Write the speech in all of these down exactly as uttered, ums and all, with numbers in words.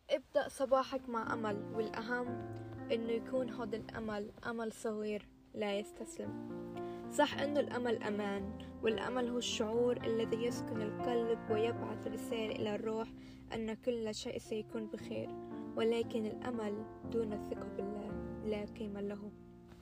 ابدأ صباحك مع أمل، والأهم إنه يكون هذا الأمل أمل صغير لا يستسلم. صح إنه الأمل أمان، والأمل هو الشعور الذي يسكن القلب ويبعث رسالة إلى الروح أن كل شيء سيكون بخير، ولكن الأمل دون الثقة بالله لا قيمة له.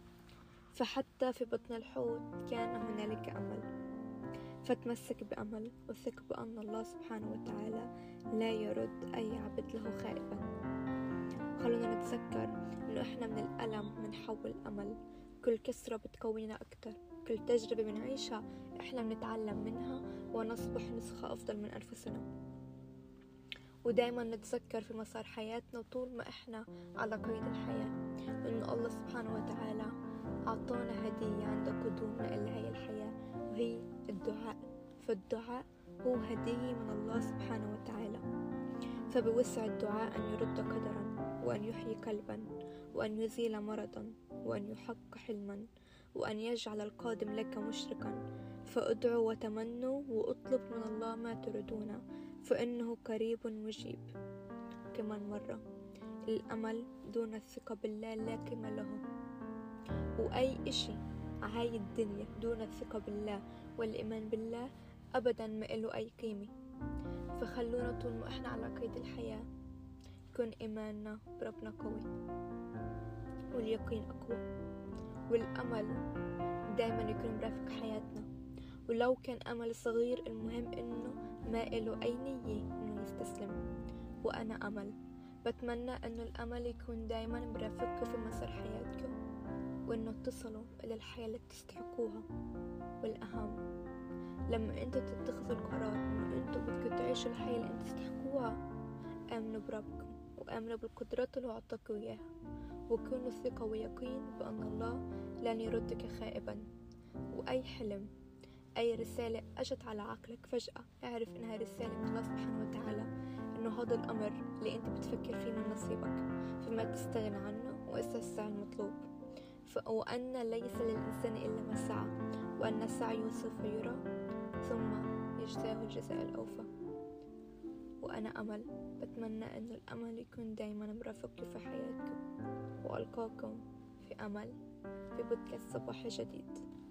فحتى في بطن الحوت كان هنالك أمل، فتمسك بأمل وثق بأن الله سبحانه وتعالى لا يرد أي عبد له خائبا. خلونا نتذكر إنه إحنا من الألم منحول أمل، كل كسرة بتقوينا أكتر، كل تجربة بنعيشها إحنا بنتعلم منها ونصبح نسخة أفضل من أنفسنا. ودايما نتذكر في مسار حياتنا طول ما إحنا على قيد الحياة إنه الله سبحانه وتعالى أعطانا هدية عند قدومنا إلى هي الحياة، وهي الدعاء. فالدعاء هو هدية من الله سبحانه وتعالى، فبوسع الدعاء أن يرد قدرا، وأن يحيي قلبا، وأن يزيل مرضا، وأن يحقق حلما، وأن يجعل القادم لك مشرقا. فادعوا وتمنوا واطلب من الله ما تريدون، فإنه قريب مجيب. كمان مرة، الأمل دون الثقة بالله لا قيمة له، وأي إشي عاي الدنيا دون الثقة بالله والإيمان بالله أبدا ما إله أي قيمة. فخلونا طول ما إحنا على قيد الحياة يكون إيماننا بربنا قوي، واليقين أقوى، والأمل دايما يكون مرافق حياتنا. ولو كان أمل صغير، المهم إنه ما إله أي نية إنه يستسلم. وأنا أمل بتمنى إنه الأمل يكون دايما مرافقكم في مسار حياتكم، وإنه تصلوا إلى الحياة اللي تستحقوها. والأهم لما أنتوا تتخذوا القرار إنه أنتوا بدكم تعيشوا الحياة اللي أنتوا تستحقوها، آمنوا بربكم وآمنوا بالقدرات اللي أعطاكوا إياها، وكونوا ثقة ويقين بأن الله لن يردك خائبا. وأي حلم، أي رسالة أجت على عقلك فجأة، اعرف إنها رسالة من الله سبحانه وتعالى، إنه هذا الأمر اللي أنت بتفكر فيه من نصيبك، فما تستغنى عنه واستسع المطلوب. وأن ليس للإنسان إلا ما سعى، وأن سعيه سوف يرى ثم يجزاه الجزاء الأوفى. وأنا أمل بتمنى أن الأمل يكون دايما مرافقكم في حياتكم، وألقاكم في أمل في بودكاست صباحي جديد.